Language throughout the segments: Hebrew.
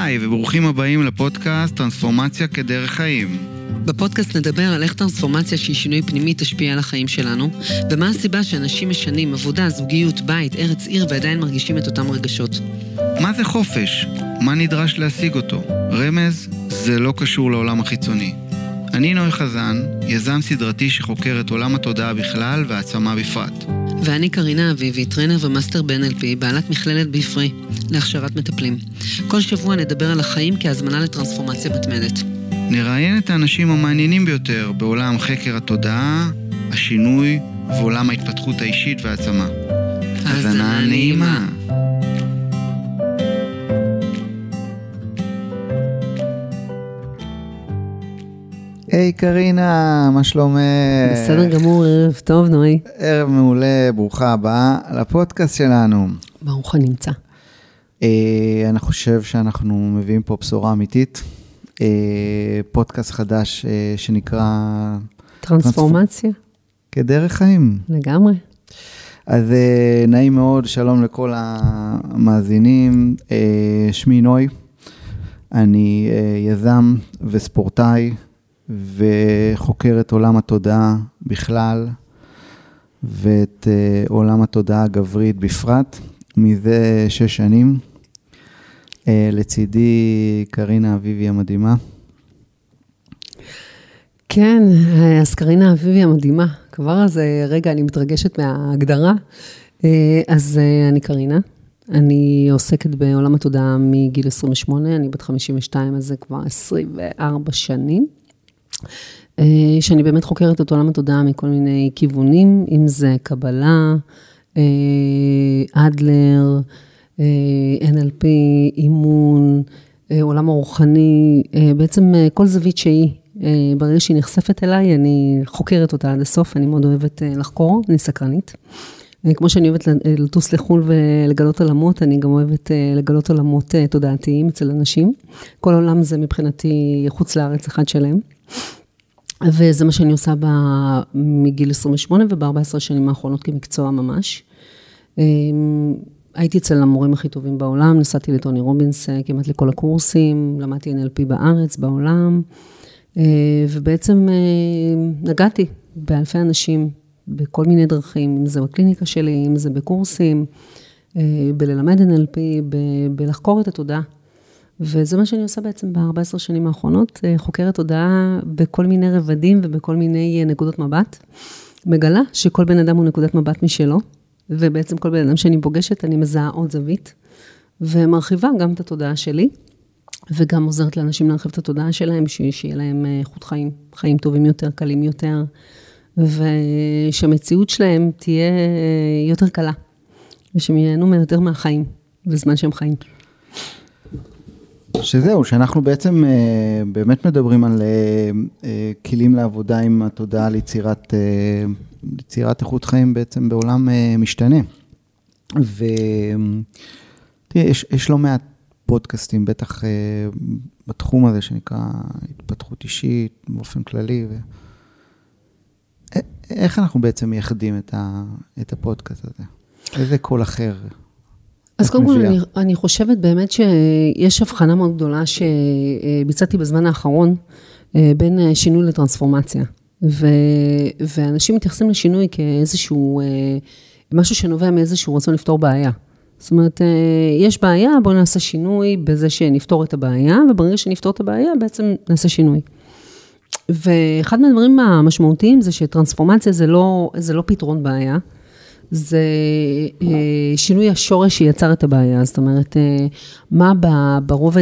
היי וברוכים הבאים לפודקאסט טרנספורמציה כדרך חיים. בפודקאסט נדבר על איך טרנספורמציה שהיא שינוי פנימי תשפיע על החיים שלנו, ומה הסיבה שאנשים משנים עבודה, זוגיות, בית, ארץ, עיר ועדיין מרגישים את אותם רגשות. מה זה חופש? מה נדרש להשיג אותו? רמז, זה לא קשור לעולם החיצוני. אני נוי חזן, יזם סדרתי שחוקר את עולם התודעה בכלל והעצמה בפרט. ואני קרינה אביבי, טרנר ומאסטר ב-NLP, בעלת מכללת בפרי, להכשרת מטפלים. כל שבוע נדבר על החיים כהזמנה לטרנספורמציה מתמדת. נראיין את האנשים המעניינים ביותר בעולם חקר התודעה, השינוי ועולם ההתפתחות האישית והעצמה. האזנה נעימה. היי קרינה, מה שלומך? בסדר גמור, ערב טוב נוי. ערב מעולה, ברוכה הבאה לפודקאסט שלנו. ברוך הנמצא. אני חושב שאנחנו מביאים פה בשורה אמיתית. פודקאסט חדש שנקרא טרנספורמציה. כדרך חיים. לגמרי. אז נעים מאוד, שלום לכל המאזינים. שמי נוי, אני יזם וספורטאי, וחוקר את עולם התודעה בכלל, ואת עולם התודעה הגברית בפרט, מזה 6 שנים. לצידי קרינה אביבי המדהימה. כן, אז קרינה אביבי המדהימה. כבר אז רגע אני מתרגשת מההגדרה. אז אני קרינה. אני עוסקת בעולם התודעה מגיל 28, אני בת 52, אז זה כבר 24 שנים. שאני באמת חוקרת את עולם התודעה מכל מיני כיוונים, אם זה קבלה, אדלר, NLP, אימון, עולם הרוחני, בעצם כל זווית שהיא, ברגע שהיא נחשפת אליי, אני חוקרת אותה עד הסוף, אני מאוד אוהבת לחקור, אני סקרנית. כמו שאני אוהבת לטוס לחול ולגלות עולמות, אני גם אוהבת לגלות עולמות תודעתיים אצל אנשים. כל עולם זה מבחינתי חוץ לארץ אחד שלהם. וזה מה שאני עושה מגיל 28 וב-14 שנים האחרונות כמקצוע ממש. הייתי אצל המורים הכי טובים בעולם, נסעתי לטוני רובינס כמעט לכל הקורסים, למדתי NLP בארץ, בעולם, ובעצם נגעתי באלפי אנשים, בכל מיני דרכים, אם זה בקליניקה שלי, אם זה בקורסים, בללמד NLP, בלחקור את התודעה. וזה מה שאני עושה בעצם ב-14 שנים האחרונות, חוקרת תודעה בכל מיני רבדים ובכל מיני נקודות מבט. מגלה שכל בן אדם הוא נקודת מבט משלו, ובעצם כל בן אדם שאני פוגשת, אני מזהה עוד זווית, ומרחיבה גם את התודעה שלי, וגם עוזרת לאנשים להרחיב את התודעה שלהם, שיהיה להם איכות חיים, חיים טובים יותר, קלים יותר, ושהמציאות שלהם תהיה יותר קלה, ושהם ייהנו יותר מהחיים, בזמן שהם חיים. שזהו, שאנחנו בעצם באמת מדברים על כלים לעבודה עם התודעה ליצירת איכות חיים בעצם בעולם משתנה. יש לא מעט פודקאסטים, בטח בתחום הזה שנקרא התפתחות אישית באופן כללי. איך אנחנו בעצם מייחדים את הפודקאסט הזה? איזה קול אחר? אז קודם כל אני חושבת באמת שיש הבחנה מאוד גדולה שביצעתי בזמן האחרון בין שינוי לטרנספורמציה. ואנשים מתייחסים לשינוי כאיזשהו, משהו שנובע מאיזשהו רצון לפתור בעיה. זאת אומרת, יש בעיה, בואו נעשה שינוי בזה שנפתור את הבעיה, וברגע שנפתור את הבעיה בעצם נעשה שינוי. ואחד מהדברים המשמעותיים זה שטרנספורמציה זה לא פתרון בעיה, זה שינוי השורש שיצר את הבעיה. זאת אומרת, מה ברובד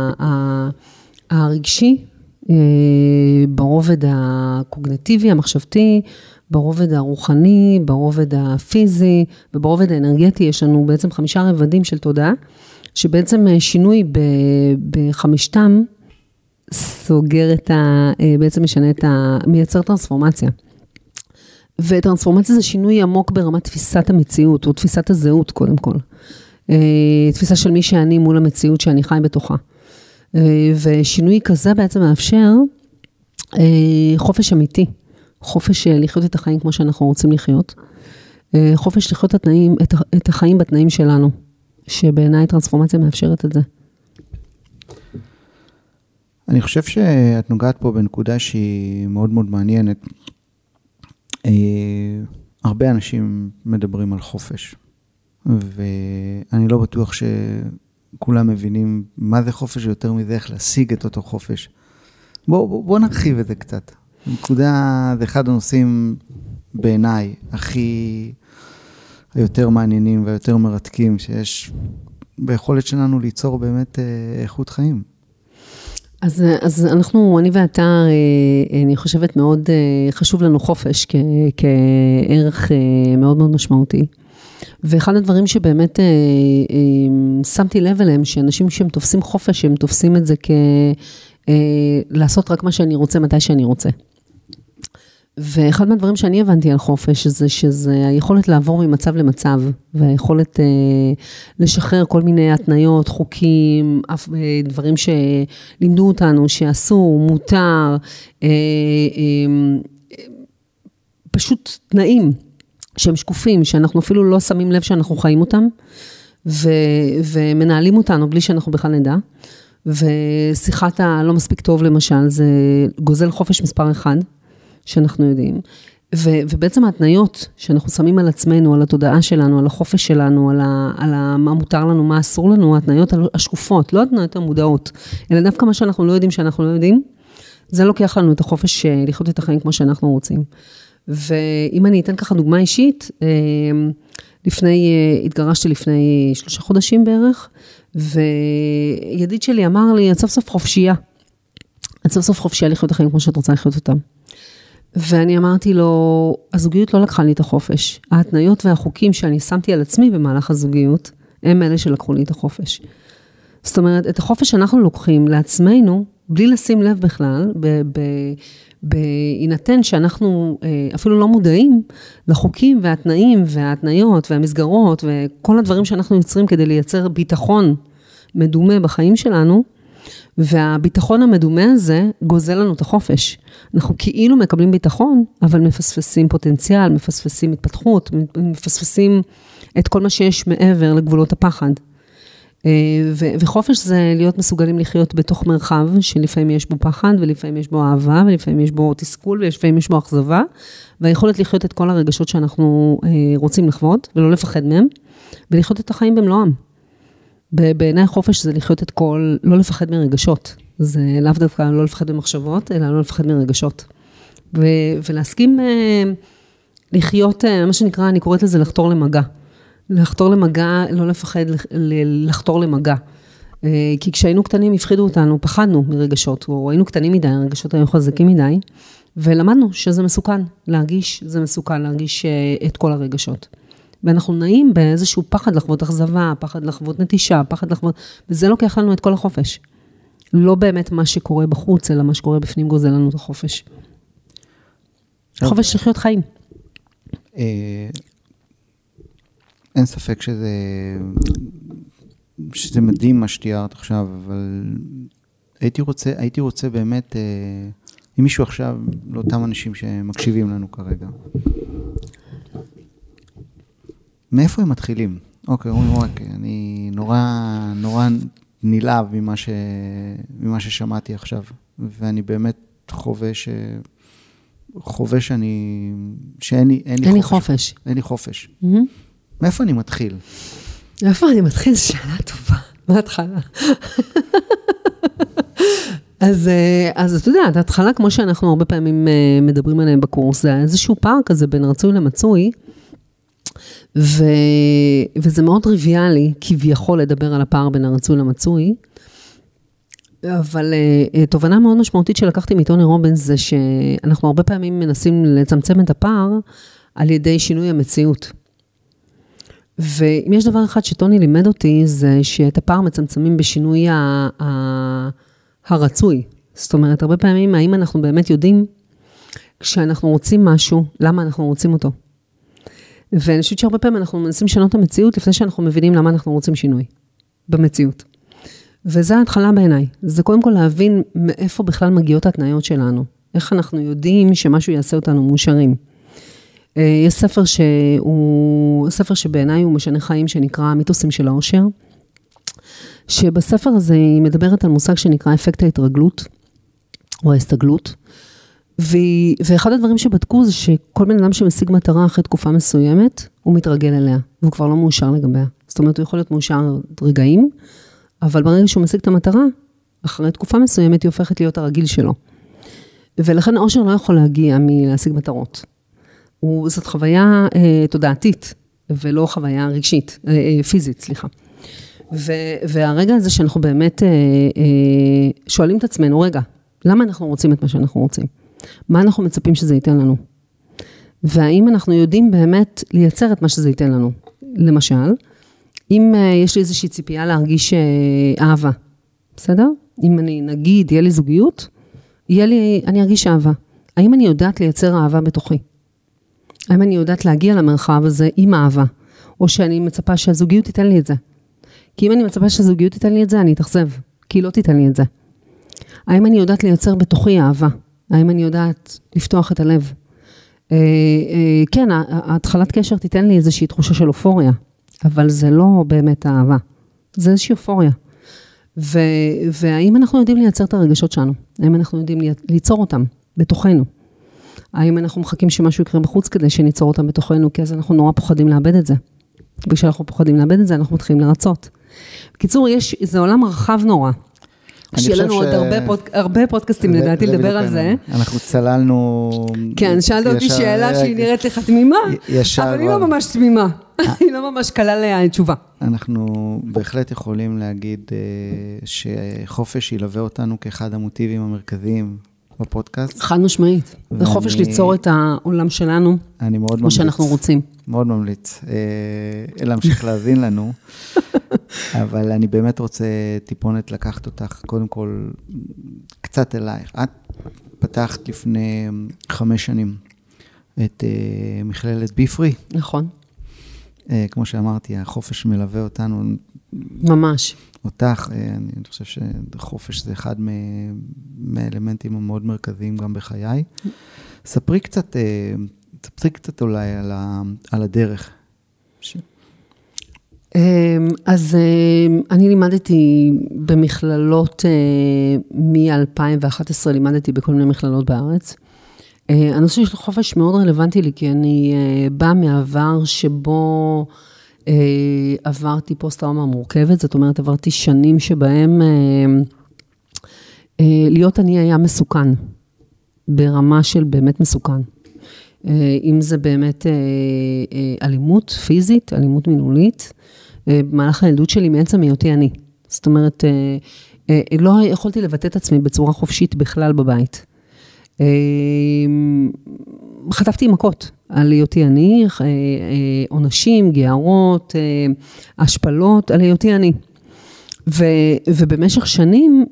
הרגשי, ברובד הקוגניטיבי, המחשבתי, ברובד הרוחני, ברובד הפיזי, וברובד האנרגטי, יש לנו בעצם 5 רבדים של תודעה, שבעצם שינוי בחמשתם, סוגר בעצם משנה מייצר טרנספורמציה. וטרנספורמציה זה שינוי עמוק ברמת תפיסת המציאות, או תפיסת הזהות קודם כל. תפיסה של מי שאני מול המציאות שאני חי בתוכה. ושינוי כזה בעצם מאפשר חופש אמיתי, חופש לחיות את החיים כמו שאנחנו רוצים לחיות, חופש לחיות את החיים בתנאים שלנו, שבעיניי טרנספורמציה מאפשרת את זה. אני חושב שאת נוגעת פה בנקודה שהיא מאוד מאוד מעניינת. הרבה אנשים מדברים על חופש, ואני לא בטוח שכולם מבינים מה זה חופש, יותר מזה איך להשיג את אותו חופש. בוא נרחיב את זה קצת. נקודה, זה אחד הנושאים בעיניי הכי היותר מעניינים והיותר מרתקים שיש ביכולת שלנו ליצור באמת איכות חיים. אז אנחנו, אני ואתה, אני חושבת מאוד חשוב לנו חופש כערך מאוד מאוד משמעותי. ואחד הדברים שבאמת שמתי לב אליהם, שאנשים שהם תופסים חופש, הם תופסים את זה לעשות רק מה שאני רוצה, מתי שאני רוצה. ואחד מהדברים שאני הבנתי על חופש, זה שזה היכולת לעבור ממצב למצב, והיכולת לשחרר כל מיני התניות, חוקים, דברים שלימדו אותנו, שאסור, מותר, פשוט תנאים שהם שקופים, שאנחנו אפילו לא שמים לב שאנחנו חיים אותם, ומנהלים אותנו בלי שאנחנו בכלל נדע. ושיחת הלא מספיק טוב למשל, זה גוזל חופש מספר אחד, שאנחנו יודעים, ובעצם ההתניות שאנחנו שמים על עצמנו, על התודעה שלנו, על החופש שלנו, על מה מותר לנו, מה אסור לנו, ההתניות השקופות, לא התניות המודעות, אלא דווקא מה שאנחנו לא יודעים שאנחנו לא יודעים, זה לוקח לנו את החופש לחיות את החיים כמו שאנחנו רוצים. ואם אני אתן ככה דוגמה אישית, התגרשתי לפני 3 חודשים בערך, וידיד שלי אמר לי, את סוף סוף חופשייה. את סוף סוף חופשייה לחיות את החיים כמו שאת רוצה לחיות אותם. ואני אמרתי לו, הזוגיות לא לקחה לי את החופש. ההתניות והחוקים שאני שמתי על עצמי במהלך הזוגיות, הם אלה שלקחו לי את החופש. זאת אומרת, את החופש שאנחנו לוקחים לעצמנו, בלי לשים לב בכלל, בהינתן שאנחנו אפילו לא מודעים לחוקים והתנאים וההתניות והמסגרות וכל הדברים שאנחנו יוצרים כדי לייצר ביטחון מדומה בחיים שלנו, והביטחון המדומה הזה גוזל לנו את החופש. אנחנו כאילו מקבלים ביטחון, אבל מפספסים פוטנציאל, מפספסים התפתחות, מפספסים את כל מה שיש מעבר לגבולות הפחד. וחופש זה להיות מסוגלים לחיות בתוך מרחב, שלפעמים יש בו פחד, ולפעמים יש בו אהבה, ולפעמים יש בו תסכול, ולפעמים יש בו אכזבה, והיכולת לחיות את כל הרגשות שאנחנו רוצים לחוות, ולא לפחד מהם, ולחיות את החיים במלואם. בעיניי חופש זה לחיות את כל, לא לפחד מרגשות. זה לאו דווקא לא לפחד במחשבות, אלא לא לפחד מרגשות. ולהסכים לחיות, מה שנקרא, אני קוראת לזה לחתור למגע. לחתור למגע, לא לפחד לחתור למגע. כי כשהיינו קטנים הפחידו אותנו, פחדנו מרגשות, או היינו קטנים מדי, הרגשות היו חזקים מדי, ולמדנו שזה מסוכן להרגיש, זה מסוכן להרגיש את כל הרגשות. ואנחנו נעים באיזשהו פחד לחוות אכזבה, פחד לחוות נטישה, פחד לחוות, וזה לוקח לנו את כל החופש. לא באמת מה שקורה בחוץ, אלא מה שקורה בפנים גוזל לנו את החופש. חופש לחיות חיים. אין ספק שזה מדהים מה שתיארת עכשיו, אבל הייתי רוצה באמת, אם מישהו עכשיו, לאותם אנשים שמקשיבים לנו כרגע, מאיפה הם מתחילים? אוקיי, אני נורא נלהב ממה ששמעתי עכשיו, ואני באמת חווה שאין לי חופש. אין לי חופש. מאיפה אני מתחיל? מאיפה אני מתחיל? זו שאלה טובה. מה התחלה? אז אתה יודע, ההתחלה, כמו שאנחנו הרבה פעמים מדברים עליהם בקורס, זה איזשהו פער כזה בין רצוי למצוי, וזה מאוד טריוויאלי, כביכול לדבר על הפער בין הרצוי למצוי, אבל תובנה מאוד משמעותית שלקחתי מטוני רובינס, זה שאנחנו הרבה פעמים מנסים לצמצם את הפער, על ידי שינוי המציאות. ואם יש דבר אחד שטוני לימד אותי, זה שאת הפער מצמצמים בשינוי הרצוי. זאת אומרת, הרבה פעמים, האם אנחנו באמת יודעים, כשאנחנו רוצים משהו, למה אנחנו רוצים אותו? ואני חושבת שהרבה פעמים אנחנו מנסים לשנות את המציאות, לפני שאנחנו מבינים למה אנחנו רוצים שינוי במציאות. וזה ההתחלה בעיניי. זה קודם כל להבין מאיפה בכלל מגיעות התנאיות שלנו. איך אנחנו יודעים שמשהו יעשה אותנו מאושרים. יש ספר שבעיניי הוא משנה חיים, שנקרא המיתוסים של האושר, שבספר הזה היא מדברת על מושג שנקרא אפקט ההתרגלות, או ההסתגלות. ואחד הדברים שבדקו זה שכל בן אדם שמשיג מטרה אחרי תקופה מסוימת, הוא מתרגל אליה, והוא כבר לא מאושר לגביה. זאת אומרת, הוא יכול להיות מאושר רגעים, אבל ברגע שהוא משיג את המטרה, אחרי תקופה מסוימת היא הופכת להיות הרגיל שלו. ולכן האושר לא יכול להגיע מלהשיג מטרות. זאת חוויה תודעתית, ולא חוויה רגשית, פיזית, סליחה. והרגע הזה שאנחנו באמת שואלים את עצמנו, רגע, למה אנחנו רוצים את מה שאנחנו רוצים? מה אנחנו מצפים שזה ייתן לנו? והאם אנחנו יודעים באמת לייצר את מה שזה ייתן לנו? למשל, אם יש לי איזושהי ציפייה להרגיש אהבה, בסדר? אם אני נגיד, יהיה לי זוגיות, אני ארגיש אהבה. האם אני יודעת לייצר אהבה בתוכי? האם אני יודעת להגיע למרחב הזה עם אהבה? או שאני מצפה שהזוגיות תיתן לי את זה? כי אם אני מצפה שהזוגיות תיתן לי את זה, אני אתאכזב, כי היא לא תיתן לי את זה. האם אני יודעת לייצר בתוכי אהבה? האם אני יודעת לפתוח את הלב? כן, התחלת קשר תיתן לי איזושהי תחושה של אופוריה, אבל זה לא באמת אהבה. זה איזושהי אופוריה. והאם אנחנו יודעים לייצר את הרגשות שלנו? האם אנחנו יודעים ליצור אותם בתוכנו? האם אנחנו מחכים שמשהו יקרה בחוץ כדי שניצור אותם בתוכנו? כי אז אנחנו נורא פוחדים לאבד את זה. וכשאנחנו פוחדים לאבד את זה, אנחנו מתחילים לרצות. בקיצור, זה עולם רחב נורא. שיהיה לנו עוד הרבה פודקאסטים לדעתי לדבר על זה. אנחנו צללנו... כן, שאלת אותי שאלה שהיא נראית לך תמימה, אבל היא לא ממש תמימה. היא לא ממש קלה לתשובה. אנחנו בהחלט יכולים להגיד שחופש ילווה אותנו כאחד המוטיבים המרכזיים בפודקאסט. חד משמעית. זה חופש ליצור את העולם שלנו, כמו שאנחנו רוצים. מאוד ממליץ. להמשיך להבין לנו. אבל אני באמת רוצה טיפונת לקחת אותך, קודם כל, קצת אלייך. את פתחת לפני 5 שנים את מכללת ביפרי. נכון. כמו שאמרתי, החופש מלווה אותנו. ממש. אותך, אני חושב שחופש זה אחד מהאלמנטים המאוד מרכזיים גם בחיי. ספרי קצת אולי על הדרך. אז אני לימדתי במכללות, מ-2011 לימדתי בכל מיני מכללות בארץ. הנושא של חופש מאוד רלוונטי לי, כי אני באה מעבר שבו עברתי פוסט-טראומה מורכבת, זאת אומרת עברתי שנים שבהם להיות אני היה מסוכן, ברמה של באמת מסוכן. אם זה באמת אלימות פיזית, אלימות מילולית, במהלך הילדות שלי מעצם היותי אני. זאת אומרת, לא יכולתי לבטא את עצמי בצורה חופשית בכלל בבית. חטפתי מכות על היותי אני, עונשים, גערות, השפלות, על היותי אני. ובמשך שנים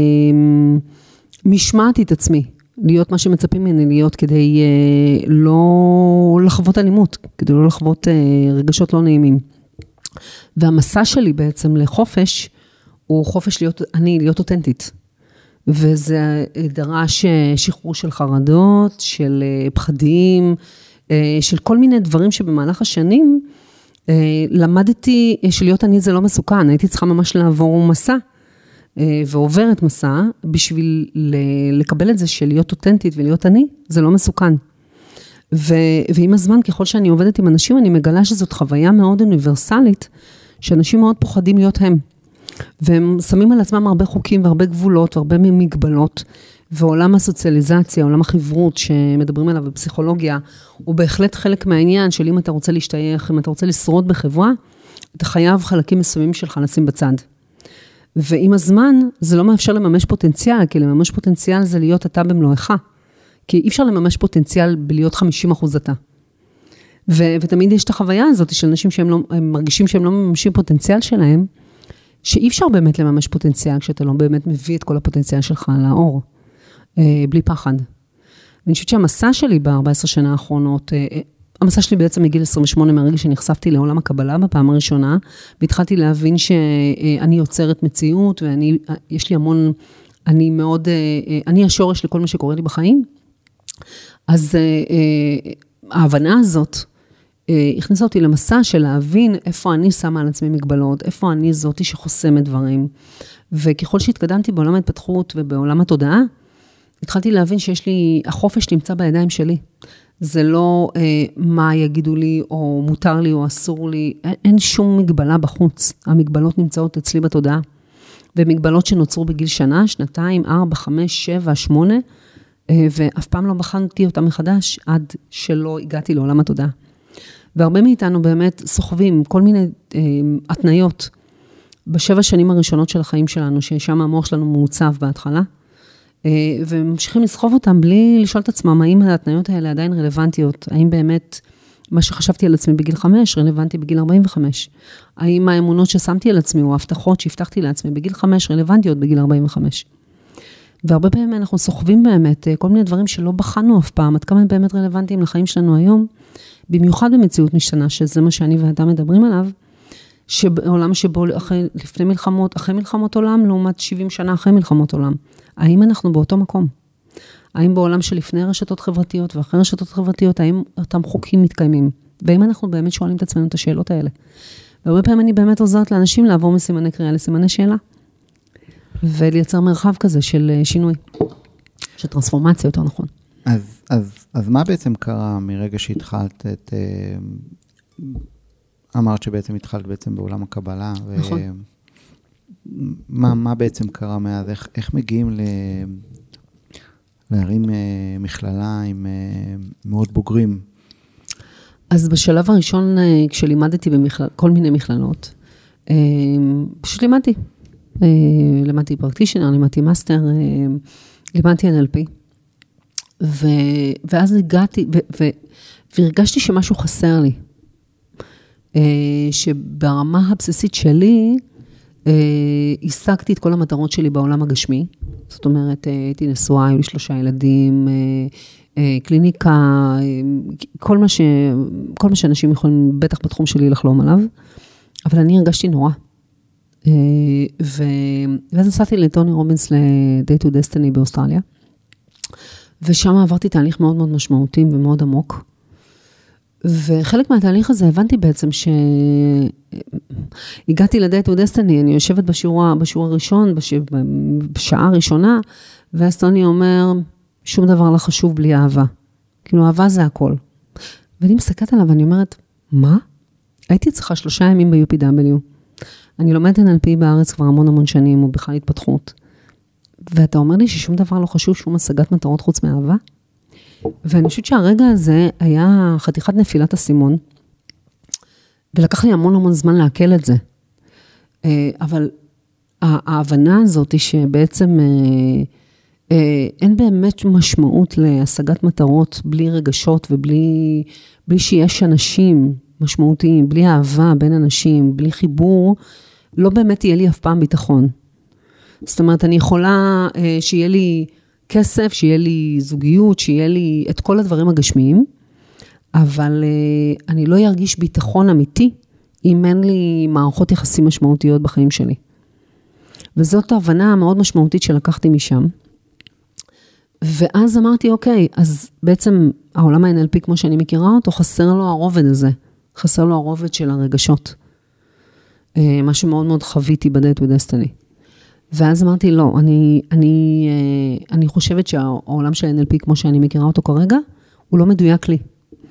משמעתי את עצמי. להיות מה שמצפים ממני להיות כדי לא לחוות אלימות, כדי לא לחוות רגשות לא נעימים. והמסע שלי בעצם לחופש, הוא חופש להיות אותנטית. וזה דרש שחרור של חרדות, של פחדים, של כל מיני דברים שבמהלך השנים, למדתי שלהיות אני זה לא מסוכן, הייתי צריכה ממש לעבור מסע, ועוברת מסע, בשביל לקבל את זה של להיות אותנטית ולהיות אני, זה לא מסוכן. ועם הזמן, ככל שאני עובדת עם אנשים, אני מגלה שזאת חוויה מאוד אוניברסלית, שאנשים מאוד פוחדים להיות הם. והם שמים על עצמם הרבה חוקים והרבה גבולות והרבה מגבלות, ועולם הסוציאליזציה, עולם החברות שמדברים עליו בפסיכולוגיה, הוא בהחלט חלק מהעניין של אם אתה רוצה להשתייך, אם אתה רוצה לשרוד בחברה, אתה חייב חלקים מסוימים שלך לשים בצד. ועם הזמן זה לא מאפשר לממש פוטנציאל, כי לממש פוטנציאל זה להיות אתה במלואך. כי אי אפשר לממש פוטנציאל בלהיות 50% אתה. ותמיד יש את החוויה הזאת של אנשים שהם מרגישים שהם לא ממשים פוטנציאל שלהם, שאי אפשר באמת לממש פוטנציאל, כשאתה לא באמת מביא את כל הפוטנציאל שלך לאור, בלי פחד. ואני חושבת שהמסע שלי ב-14 שנה האחרונות, המסע שלי בעצם מגיל 28 מהרגע שנחשפתי לעולם הקבלה בפעם הראשונה, והתחלתי להבין שאני יוצרת מציאות, ויש לי המון, אני השורש לכל מה שקורה לי בחיים. אז ההבנה הזאת, הכניסה אותי למסע של להבין איפה אני שמה על עצמי מגבלות, איפה אני זאתי שחוסמת דברים. וככל שהתקדמתי בעולם ההתפתחות ובעולם התודעה, התחלתי להבין שיש לי, החופש נמצא בידיים שלי. זה לא מה יגידו לי, או מותר לי, או אסור לי. אין שום מגבלה בחוץ. המגבלות נמצאות אצלי בתודעה. ומגבלות שנוצרו בגיל שנה, 2, 4, 5, 7, 8, ואף פעם לא בחנתי אותם מחדש, עד שלא הגעתי לעולם התודעה. והרבה מאיתנו באמת סוחבים כל מיני התניות, ב7 שנים הראשונות של החיים שלנו, ששם המוח שלנו מעוצב בהתחלה, וממשיכים לסחוב אותם בלי לשאול את עצמם, האם ההתניות האלה עדיין רלוונטיות, האם באמת מה שחשבתי על עצמי בגיל 5 רלוונטי בגיל 45, האם האמונות ששמתי על עצמי, או ההבטחות שהבטחתי לעצמי בגיל 5 רלוונטיות בגיל 45. והרבה פעמים אנחנו סוחבים באמת כל מיני דברים שלא בחנו אף פעם, עד כמה הם באמת רלוונטיים לחיים שלנו היום, במיוחד במציאות משתנה, שזה מה שאני ואתה מדברים עליו, שעולם שבו לפני מלחמות, אחרי מלחמות עולם, לעומת 70 שנה אחרי מלחמות עולם. האם אנחנו באותו מקום? האם בעולם שלפני רשתות חברתיות ואחרי רשתות חברתיות, האם אותם חוקים מתקיימים? והאם אנחנו באמת שואלים את עצמנו את השאלות האלה? והרבה פעמים אני באמת עוזרת לאנשים לעבור מסימני קריאה לסימני שאלה, ולייצר מרחב כזה של שינוי, של טרנספורמציה יותר נכון. אז מה בעצם קרה מרגע שהתחלת את... אמרת שבעצם התחלת בעצם בעולם הקבלה, נכון. מה בעצם קרה מאז? איך מגיעים להרים מכללה עם מאוד בוגרים? אז בשלב הראשון, כשלימדתי כל מיני מכללות, פשוט לימדתי פרקטישנר, לימדתי מאסטר, לימדתי NLP, ואז הגעתי, והרגשתי שמשהו חסר לי, שברמה הבסיסית שלי, השגתי את כל המטרות שלי בעולם הגשמי, זאת אומרת, הייתי נשואה, היו לי 3 ילדים, קליניקה, כל מה שאנשים יכולים, בטח בתחום שלי, לחלום עליו, אבל אני הרגשתי נורא. ואז נסעתי לטוני רובינס ל-Day to Destiny באוסטרליה, ושם עברתי תהליך מאוד מאוד משמעותי ומאוד עמוק, וחלק מהתהליך הזה הבנתי בעצם שהגעתי ל-Day to Destiny, אני יושבת בשיעור הראשון, בשעה הראשונה, ואז טוני אומר, שום דבר לא חשוב בלי אהבה. כאילו, אהבה זה הכל. ואני מסתכלת עליו ואני אומרת, מה? הייתי צריכה 3 ימים ב-UPW. אני לומדת NLP בארץ כבר המון שנים, או בכלל התפתחות. ואתה אומר לי ששום דבר לא חשוב, שום השגת מטרות חוץ מאהבה? ואני חושבת שהרגע הזה היה חתיכת נפילת הסימון, ולקח לי המון זמן לעכל את זה. אבל ההבנה הזאת היא שבעצם אין באמת משמעות להשגת מטרות בלי רגשות ובלי שיש אנשים משמעותיים, בלי אהבה בין אנשים, בלי חיבור, לא באמת יהיה לי אף פעם ביטחון. זאת אומרת, אני יכולה שיהיה לי כסף, שיהיה לי זוגיות, שיהיה לי את כל הדברים הגשמיים, אבל אני לא ירגיש ביטחון אמיתי, אם אין לי מערכות יחסים משמעותיות בחיים שלי. וזאת ההבנה המאוד משמעותית שלקחתי משם. ואז אמרתי, אוקיי, אז בעצם העולם ה-NLP, כמו שאני מכירה אותו, חסר לו הרובד הזה. חסר לו הרובד של הרגשות. מה שמאוד מאוד חוויתי ב-Day to Destiny. ואז אמרתי, לא, אני חושבת שהעולם של NLP, כמו שאני מכירה אותו כרגע, הוא לא מדויק לי.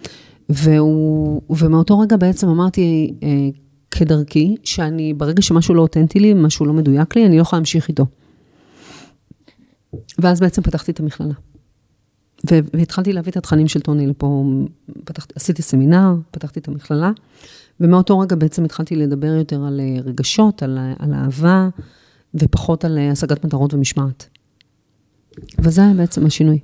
ומאותו רגע בעצם אמרתי, כדרכי, שאני ברגע שמשהו לא אותנטי לי, משהו לא מדויק לי, אני לא יכולה להמשיך איתו. ואז בעצם פתחתי את המכללה. והתחלתי להביא את התכנים של טוני לפה, עשיתי סמינר, פתחתי את המכללה, ומאותו רגע בעצם התחלתי לדבר יותר על רגשות, על אהבה, ופחות על השגת מטרות ומשמעת. וזה היה בעצם השינוי.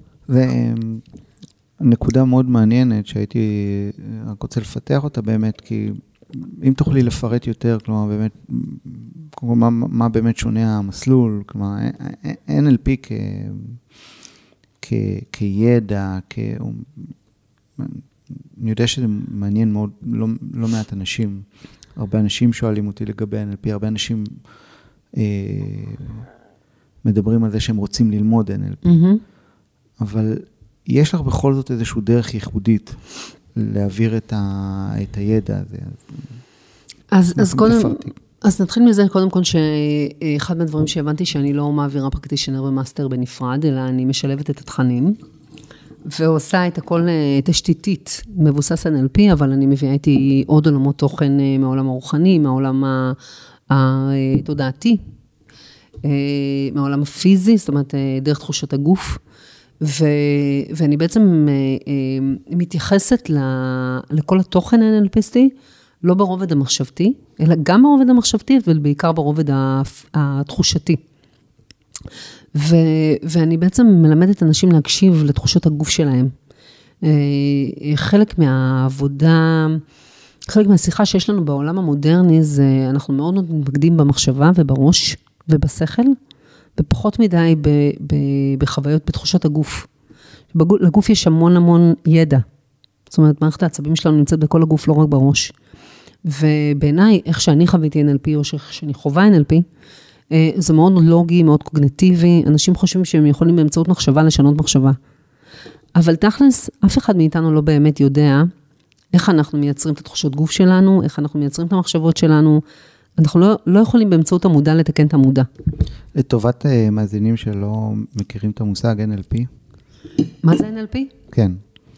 ונקודה מאוד מעניינת שהייתי רק רוצה לפתח אותה באמת, כי אם תוכלי לפרט יותר, כלומר באמת, מה באמת שונה המסלול, כלומר NLP כידע, אני יודע שזה מעניין מאוד, לא מעט אנשים, הרבה אנשים שואלים אותי לגבי NLP, הרבה אנשים מדברים על זה שהם רוצים ללמוד NLP, אבל יש לך בכל זאת איזשהו דרך ייחודית להעביר את הידע הזה. אז אז נתחיל מזה קודם כל שאחד מהדברים שהבנתי שאני לא מעבירה פרקטישנר ומאסטר בנפרד, אלא אני משלבת את התכנים, ועושה את הכל תשתיתית, מבוסס NLP, אבל אני מביאה איתי עוד עולמות תוכן מהעולם הרוחני, מהעולם התודעתי, מהעולם הפיזי, זאת אומרת, דרך תחושות הגוף, ואני בעצם מתייחסת לכל התוכן NLPיסטי, לא ברובד המחשבתי, אלא גם ברובד המחשבתי, אבל בעיקר ברובד התחושתי. ואני בעצם מלמדת אנשים להקשיב לתחושות הגוף שלהם. חלק מהעבודה, חלק מהשיחה שיש לנו בעולם המודרני, זה אנחנו מאוד מתמקדים במחשבה ובראש ובשכל, ופחות מדי בחוויות, בתחושות הגוף. לגוף יש המון ידע. זאת אומרת, מערכת העצבים שלנו נמצאת בכל הגוף, לא רק בראש. ובעיניי, איך שאני חוויתי NLP, או שאני חווה NLP, זה מאוד לוגי, מאוד קוגניטיבי, אנשים חושבים שהם יכולים באמצעות מחשבה לשנות מחשבה. אבל תכלס, אף אחד מאיתנו לא באמת יודע איך אנחנו מייצרים את התחושות גוף שלנו, איך אנחנו מייצרים את המחשבות שלנו, אנחנו לא יכולים באמצעות המודע לתקן את המודע. לטובת מאזינים שלא מכירים את המושג NLP. מה זה NLP? כן.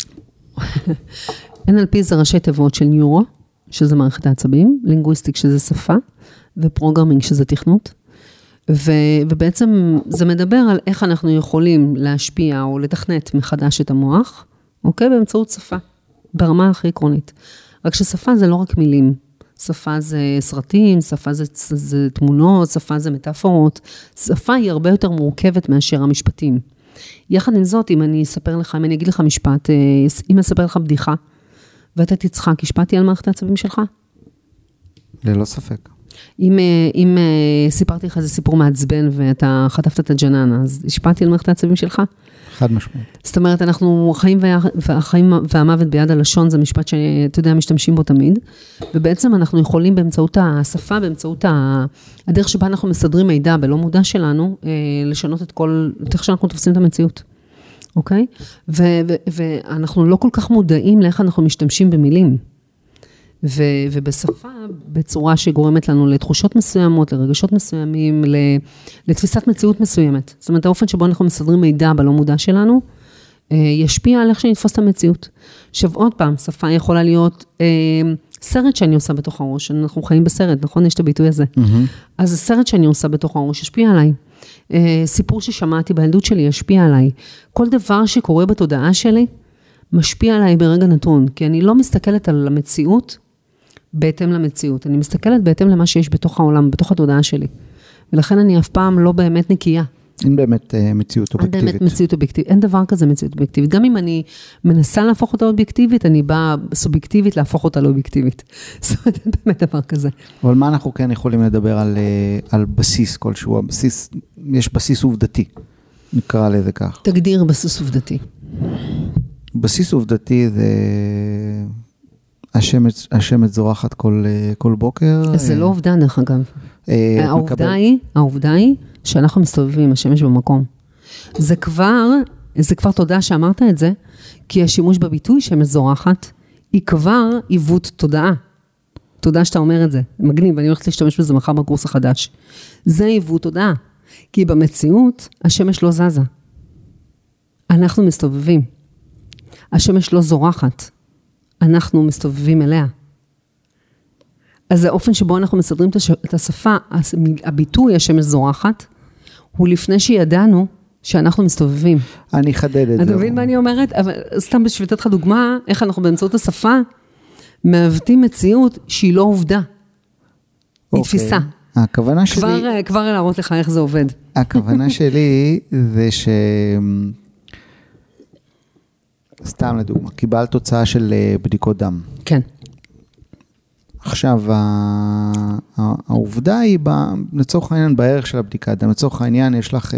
NLP זה ראשי תיבות של ניורו, שזה מערכת העצבים, לינגוויסטיק שזה שפה, ופרוגרמינג שזה תכנות. ובעצם זה מדבר על איך אנחנו יכולים להשפיע או לתכנת מחדש את המוח, אוקיי? באמצעות שפה, ברמה הכי עקרונית. רק ששפה זה לא רק מילים, שפה זה סרטים, שפה זה תמונות, שפה זה מטאפורות, שפה היא הרבה יותר מורכבת מאשר המשפטים. יחד עם זאת, אם אני אספר לך, אם אני אגיד לך משפט, אם אני אספר לך בדיחה, ואתה תצחק, השפעתי על מערכת העצבים שלך? ללא ספק. אם סיפרתי לך איזה סיפור מעצבן, ואתה חטפת את הג'ננה, אז השפעתי על מערכת העצבים שלך? חד משמעית. זאת אומרת, אנחנו החיים והמוות ביד הלשון, זה משפט שאתה יודע, משתמשים בו תמיד, ובעצם אנחנו יכולים באמצעות השפה, באמצעות הדרך שבה אנחנו מסדרים מידע בלא מודע שלנו, לשנות את כל, איך שאנחנו תופסים את המציאות. אוקיי? ואנחנו לא כל כך מודעים לאיך אנחנו משתמשים במילים. ובשפה, בצורה שגורמת לנו לתחושות מסוימות, לרגשות מסוימים, לתפיסת מציאות מסוימת. זאת אומרת, האופן שבו אנחנו מסדרים מידע בלא מודע שלנו, ישפיע על איך שנתפוס את המציאות. עכשיו, עוד פעם, שפה יכולה להיות סרט שאני עושה בתוך הראש, אנחנו חיים בסרט, נכון? יש את הביטוי הזה. אז הסרט שאני עושה בתוך הראש ישפיע עליי. סיפור ששמעתי בילדות שלי ישפיע עליי. כל דבר שקורה בתודעה שלי, משפיע עליי ברגע נתון, כי אני לא מסתכלת על המציאות, בהתאם למציאות. אני מסתכלת בהתאם למה שיש בתוך העולם, בתוך התודעה שלי. ולכן אני אף פעם לא באמת נקייה. אין באמת מציאות אובייקטיבית. אין באמת מציאות אובייקטיבית. אין דבר כזה מציאות אובייקטיבית. גם אם אני מנסה להפוך אותה אובייקטיבית, אני באה סובייקטיבית להפוך אותה לאובייקטיבית. זאת אומרת, אין באמת דבר כזה. אבל מה אנחנו כן יכולים לדבר על בסיס כלשהו? הבסיס, יש בסיס עובדתי, נקרא לזה כך. תגדיר בסיס עובדתי. בסיס עובדתי זה השמש זורחת כל בוקר. זה לא עובדה דרך אגב. העובדה היא שאנחנו מסתובבים השמש במקום. זה כבר תודה שאמרת את זה, כי השימוש בביטוי שמש זורחת, היא כבר עיוות תודעה. תודה שאתה אומר את זה. מגניב, אני הולכת להשתמש בזה מחר בקורס החדש. זה עיוות תודעה. כי במציאות השמש לא זזה. אנחנו מסתובבים. השמש לא זורחת. אנחנו מסתובבים אליה. אז האופן שבו אנחנו מסדרים את השפה, הביטוי השמש זורחת, הוא לפני שידענו שאנחנו מסתובבים. אני אחדד את זה. אתה מבין מה אני אומרת? אבל סתם בשביל לתת לך דוגמה, איך אנחנו באמצעות השפה, מעוותים מציאות שהיא לא עובדה. היא תפיסה. הכוונה שלי... כבר להראות לך איך זה עובד. הכוונה שלי זה ש... סתם לדוגמה, קיבלת תוצאה של בדיקות דם. כן. עכשיו, העובדה היא, לצורך העניין, בערך של הבדיקת דם, לצורך העניין יש לך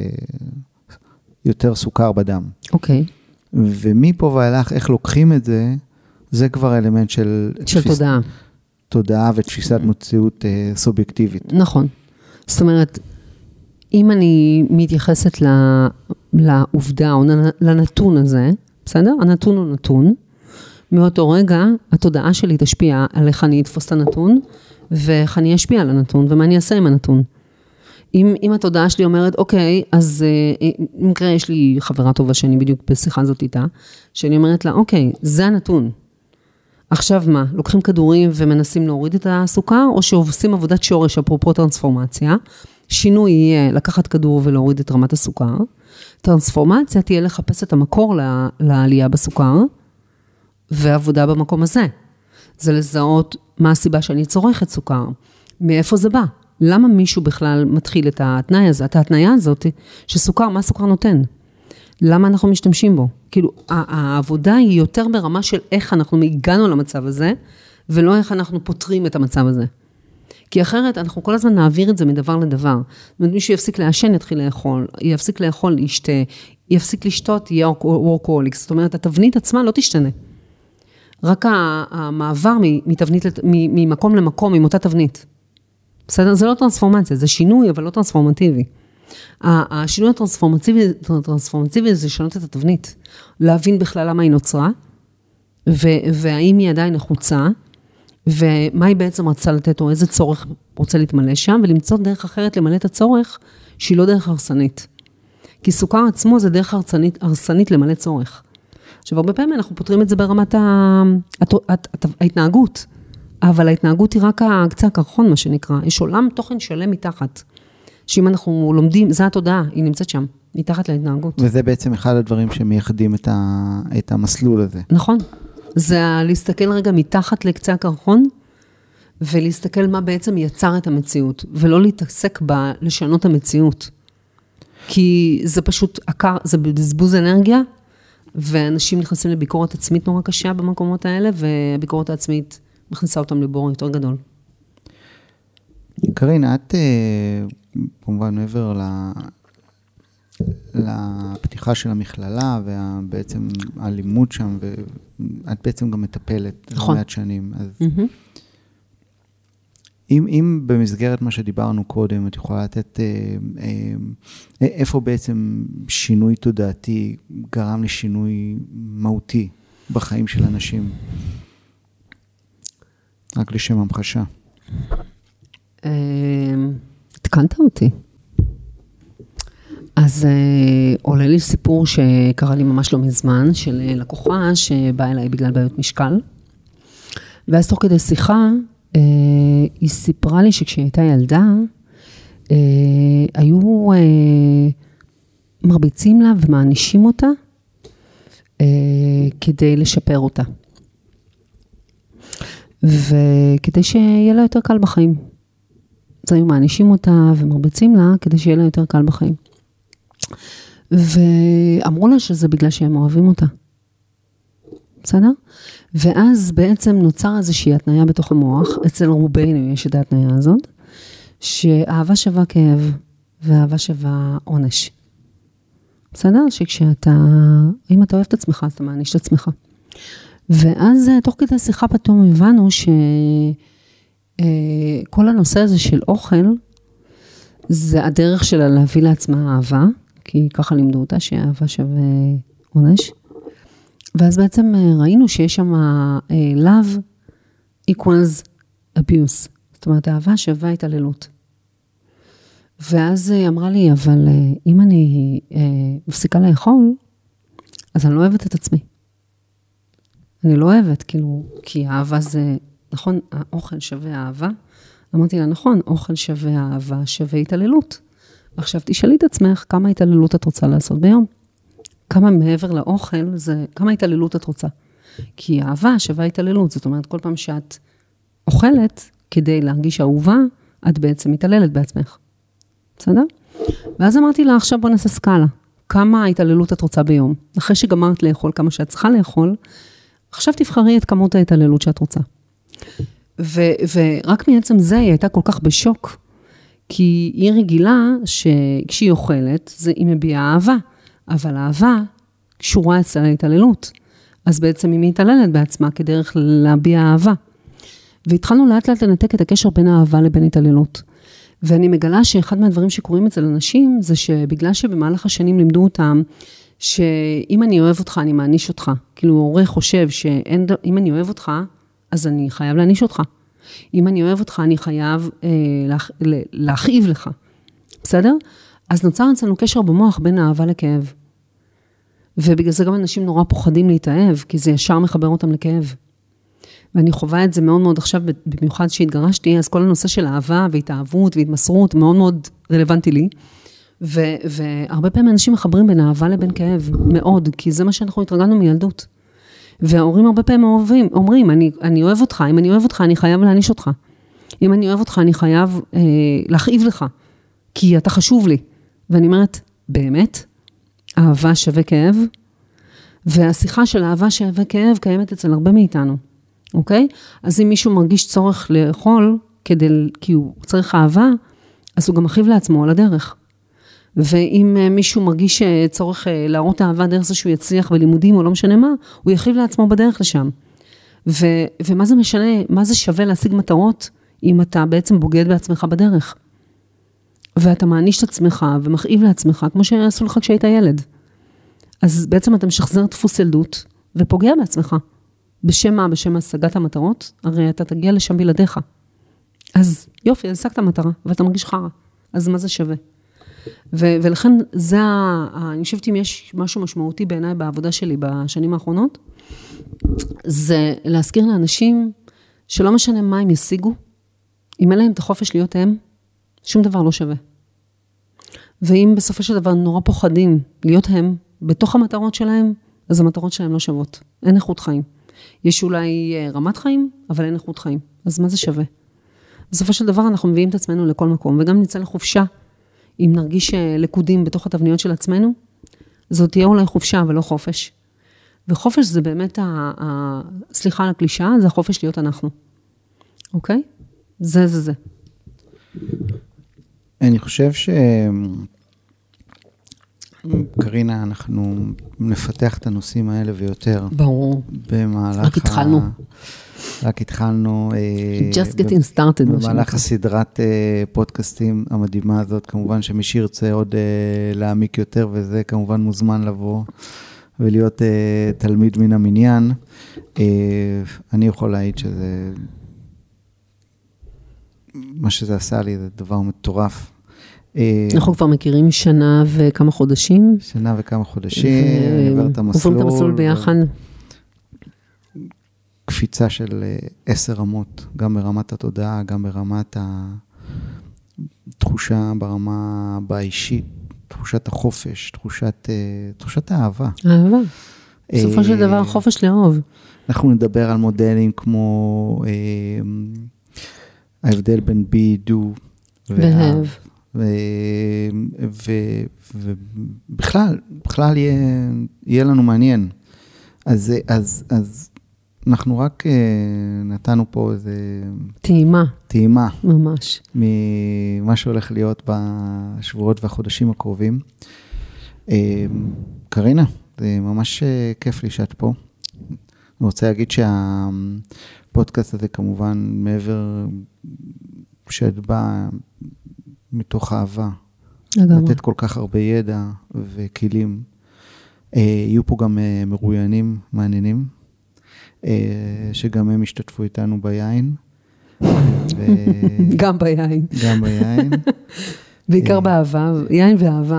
יותר סוכר בדם. אוקיי. ומפה ואילך, איך לוקחים את זה, זה כבר אלמנט של תודעה. תודעה ותפיסת מציאות סובייקטיבית. נכון. זאת אומרת, אם אני מתייחסת לעובדה או לנתון הזה, בסדר? הנתון הוא נתון, מאותו רגע, התודעה שלי תשפיע על איך אני אתפוס את הנתון, ואיך אני אשפיע על הנתון, ומה אני אעשה עם הנתון. אם התודעה שלי אומרת, אוקיי, אז במקרה יש לי חברה טובה שאני בדיוק בשיחה הזאת איתה, שאני אומרת לה, אוקיי, זה הנתון. עכשיו מה, לוקחים כדורים ומנסים להוריד את הסוכר, או שעושים עבודת שורש, אפרופו טרנספורמציה, שינוי יהיה לקחת כדור ולהוריד את רמת הסוכר, טרנספורמציה תהיה לחפש את המקור לעלייה בסוכר, ועבודה במקום הזה. זה לזהות מה הסיבה שאני צורכת סוכר, מאיפה זה בא, למה מישהו בכלל מתחיל את התנאי הזה, את ההתניה הזאת, שסוכר, מה סוכר נותן? למה אנחנו משתמשים בו? כאילו, העבודה היא יותר ברמה של איך אנחנו הגענו למצב הזה, ולא איך אנחנו פותרים את המצב הזה. כי אחרת, אנחנו כל הזמן נעביר את זה מדבר לדבר. זאת אומרת, מישהו יפסיק לעשן, יתחיל לאכול, יפסיק לאכול, ישתה, יפסיק לשתות, יהיה וורקהוליק. זאת אומרת, התבנית עצמה לא תשתנה. רק המעבר ממקום למקום, עם אותה תבנית. בסדר? זה לא טרנספורמציה, זה שינוי, אבל לא טרנספורמטיבי. השינוי הטרנספורמטיבי זה לשנות את התבנית. להבין בכלל למה היא נוצרה, והאם היא עדיין נחוצה, ומה היא בעצם רצה לתת, או איזה צורך רוצה להתמלא שם, ולמצוא דרך אחרת למלא את הצורך, שהיא לא דרך הרסנית. כי סוכר עצמו זה דרך הרסנית למלא צורך. עכשיו, הרבה פעמים אנחנו פותרים את זה ברמת ההתנהגות, אבל ההתנהגות היא רק קצה הקרחון, מה שנקרא. יש עולם תוכן שלם מתחת, שאם אנחנו לומדים, זה התודעה, היא נמצאת שם, מתחת להתנהגות. וזה בעצם אחד הדברים שמייחדים את המסלול הזה. נכון. זה להסתכל רגע מתחת לקצה הקרחון, ולהסתכל מה בעצם יצר את המציאות, ולא להתעסק לשנות המציאות. כי זה פשוט, זה בזבוז אנרגיה, ואנשים נכנסים לביקורת עצמית נורא קשה במקומות האלה, והביקורת העצמית מכניסה אותם לבור יותר גדול. קרין, את כמובן מעבר לפתיחה של המכללה, ובעצם הלימוד שם, ואת בעצם גם מטפלת מעט שנים. אז אם במסגרת מה שדיברנו קודם, את יכולה לתת, איפה בעצם שינוי תודעתי גרם לשינוי מהותי בחיים של אנשים? רק לשם המחשה. התקנת אותי. אז עולה לי סיפור שקרה לי ממש לא מזמן, של לקוחה שבאה אליי בגלל בעיות משקל. ואז תוך כדי שיחה, היא סיפרה לי שכשהיא הייתה ילדה, היו מרביצים לה ומענישים אותה, כדי לשפר אותה. וכדי שיהיה לה יותר קל בחיים. אז היו מענישים אותה ומרביצים לה, כדי שיהיה לה יותר קל בחיים. ואמרו לה שזה בגלל שהם אוהבים אותה. בסדר? ואז בעצם נוצר איזושהי התניה בתוך המוח, אצל רובנו יש את ההתניה הזאת, שאהבה שווה כאב, ואהבה שווה עונש. בסדר? אם אתה אוהב את עצמך, אז אתה מעניש את עצמך. ואז תוך כדי שיחה פתאום הבנו שכל הנושא הזה של אוכל, זה הדרך שלה להביא לעצמה אהבה, כי ככה לימדו אותה שאהבה שווה עונש. ואז בעצם ראינו שיש שם love equals abuse. זאת אומרת, אהבה שווה התעללות. ואז היא אמרה לי, אבל אם אני מפסיקה לאכול, אז אני לא אוהבת את עצמי. אני לא אוהבת, כאילו, כי אהבה זה, נכון, האוכל שווה אהבה. אמרתי לה, נכון, אוכל שווה אהבה, שווה התעללות. עכשיו תשאלי את עצמך, כמה התעללות את רוצה לעשות ביום? כמה מעבר לאוכל, כמה התעללות את רוצה? כי אהבה שווה התעללות, זאת אומרת, כל פעם שאת אוכלת, כדי להרגיש אהובה, את בעצם מתעללת בעצמך. בסדר? ואז אמרתי לה, עכשיו בוא נעשה סקאלה. כמה התעללות את רוצה ביום? אחרי שגמרת לאכול כמה שאת צריכה לאכול, עכשיו תבחרי את כמות ההתעללות שאת רוצה. ורק מעצם זה היא הייתה כל כך בשוק, כי היא רגילה שכשהיא אוכלת, היא מביעה אהבה, אבל האהבה קשורה אצל ההתעללות. אז בעצם היא מתעללת בעצמה כדרך להביע אהבה. והתחלנו לאט לאט לנתק את הקשר בין האהבה לבין התעללות. ואני מגלה שאחד מהדברים שקורים אצל אנשים, זה שבגלל שבמהלך השנים לימדו אותם, שאם אני אוהב אותך, אני מעניש אותך. כאילו, הורה חושב שאם אני אוהב אותך, אז אני חייב להעניש אותך. אם אני אוהב אותך, אני חייב להכאיב לך. בסדר? אז נוצר אצלנו קשר במוח בין אהבה לכאב. ובגלל זה גם אנשים נורא פוחדים להתאהב, כי זה ישר מחבר אותם לכאב. ואני חווה את זה מאוד מאוד עכשיו, במיוחד שהתגרשתי, אז כל הנושא של אהבה והתאהבות והתמסרות מאוד מאוד רלוונטי לי. והרבה פעמים אנשים מחברים בין אהבה לבין כאב, מאוד, כי זה מה שאנחנו התרגלנו מילדות. וההורים הרבה פעמים אומרים, אני אוהב אותך, אם אני אוהב אותך, אני חייב להעניש אותך. אם אני אוהב אותך, אני חייב להכאיב לך, כי אתה חשוב לי. ואני אומרת, באמת? אהבה שווה כאב? והשיחה של אהבה שווה כאב קיימת אצל הרבה מאיתנו. אוקיי? אז אם מישהו מרגיש צורך לאכול, כי הוא צריך אהבה, אז הוא גם מכאיב לעצמו על הדרך. ואם מישהו מרגיש צורך להראות אהבה דרך זה שהוא יצליח בלימודים או לא משנה מה, הוא יכאיב לעצמו בדרך לשם. ומה זה משנה, מה זה שווה להשיג מטרות, אם אתה בעצם בוגד בעצמך בדרך. ואתה מעניש את עצמך ומכאיב לעצמך, כמו שעשו לך כשהיית ילד. אז בעצם אתה משחזר דפוס ילדות, ופוגע בעצמך. בשם מה? בשם השגת המטרות? הרי אתה תגיע לשם בלעדיך. אז יופי, אז השגת המטרה, ואתה מרגיש חרא. אז מה זה שווה? ולכן זה, אני חושבת אם יש משהו משמעותי בעיניי בעבודה שלי בשנים האחרונות, זה להזכיר לאנשים שלא משנה מה הם ישיגו, אם אין להם את החופש להיות הם, שום דבר לא שווה. ואם בסופו של דבר נורא פוחדים להיות הם, בתוך המטרות שלהם, אז המטרות שלהם לא שוות. אין איכות חיים. יש אולי רמת חיים, אבל אין איכות חיים. אז מה זה שווה? בסופו של דבר אנחנו מביאים את עצמנו לכל מקום, וגם נצא לחופשה, אם נרגיש לקודים בתוך התבניות של עצמנו, זאת תהיה אולי חופשה, אבל לא חופש. וחופש זה באמת, סליחה על הקלישאה, זה החופש להיות אנחנו. אוקיי? זה. אני חושב קרינה, אנחנו נפתח את הנושאים האלה ויותר. ברור. במהלך רק התחלנו. Just getting started. במהלך הסדרת פודקאסטים המדהימה הזאת, כמובן שמי שירצה עוד להעמיק יותר, וזה כמובן מוזמן לבוא ולהיות תלמיד מן המניין. אני יכול להעיד שזה, מה שזה עשה לי, זה דבר מטורף. אנחנו כבר מכירים שנה וכמה חודשים. שנה וכמה חודשים, עובר את המסלול. עוברים את המסלול ביחד. קפיצה של 10 רמות, גם ברמת התודעה, גם ברמת התחושה, ברמה באישית, תחושת החופש, תחושת האהבה. האהבה. בסופו של דבר, חופש לאהוב. אנחנו נדבר על מודלים כמו ההבדל בין בי, דו ואהב. ובכלל יהיה לנו מעניין. אז אנחנו רק נתנו פה איזה טעימה. ממש. ממה שהולך להיות בשבועות והחודשים הקרובים. קרינה, זה ממש כיף לי שאת פה. אני רוצה להגיד שהפודקאסט הזה כמובן מעבר שאת באה מתוך אהבה. לגמרי. לתת כל כך הרבה ידע וכלים. יהיו פה גם מרואיינים מעניינים. שגם הם השתתפו איתנו ביין. גם ביין. גם ביין. בעיקר באהבה, יין ואהבה.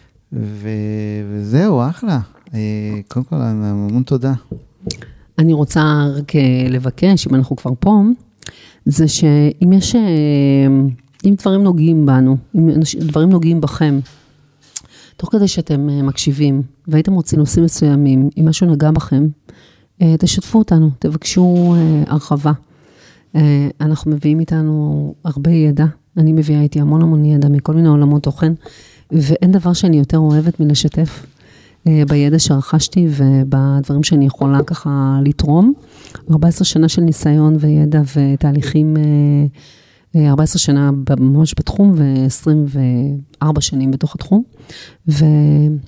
וזהו, אחלה. קודם כל, המון תודה. אני רוצה רק לבקש, אם אנחנו כבר פה, זה שאם יש, אם דברים נוגעים בנו, אם דברים נוגעים בכם, תוך כדי שאתם מקשיבים, והייתם רוצים נושאים מסוימים, אם משהו נגע בכם, תשתפו אותנו, תבקשו הרחבה. אנחנו מביאים איתנו הרבה ידע, אני מביאה איתי המון ידע מכל מיני עולמות תוכן, ואין דבר שאני יותר אוהבת מלשתף בידע שרכשתי ובדברים שאני יכולה ככה לתרום. 14 שנה של ניסיון וידע ותהליכים, 14 שנה ממש בתחום ו24 שנים בתוך התחום. ואנא,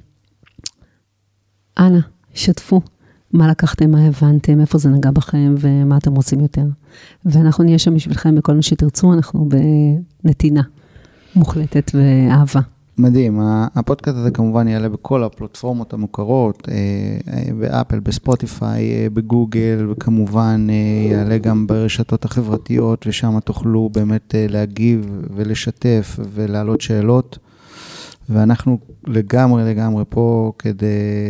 שתפו. מה לקחתם, מה הבנתם, איפה זה נגע בכם, ומה אתם רוצים יותר. ואנחנו נהיה שם בשבילכם בכל מה שתרצו, אנחנו בנתינה מוחלטת ואהבה. מדהים, הפודקאסט הזה כמובן יעלה בכל הפלטפורמות המוכרות, באפל, בספוטיפיי, בגוגל, וכמובן יעלה גם ברשתות החברתיות, ושם תוכלו באמת להגיב ולשתף ולהעלות שאלות, ואנחנו לגמרי פה כדי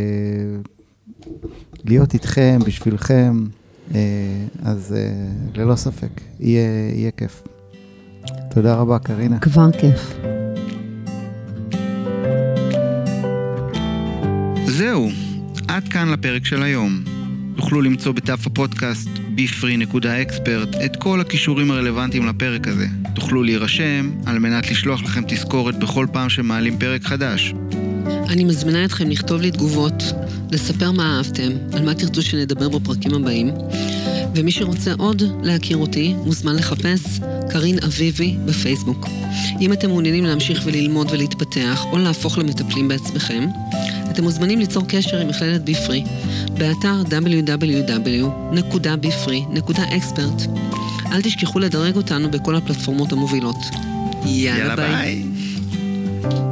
להיות איתכם, בשבילכם, אז ללא ספק, יהיה כיף. תודה רבה, קרינה. כבר כיף. זהו, עד כאן לפרק של היום. תוכלו למצוא בדף הפודקאסט befree.expert את כל הכישורים הרלוונטיים לפרק הזה. תוכלו להירשם על מנת לשלוח לכם תזכורת בכל פעם שמעלים פרק חדש. אני מזמינה אתכם לכתוב לי תגובות, לספר מה אהבתם, על מה תרצו שנדבר בפרקים הבאים, ומי שרוצה עוד להכיר אותי, מוזמן לחפש קרין אביבי בפייסבוק. אם אתם מעוניינים להמשיך וללמוד ולהתפתח, או להפוך למטפלים בעצמכם, אתם מוזמנים ליצור קשר עם מכללת ביפרי, באתר www.befree.expert. אל תשכחו לדרג אותנו בכל הפלטפורמות המובילות. יאללה ביי.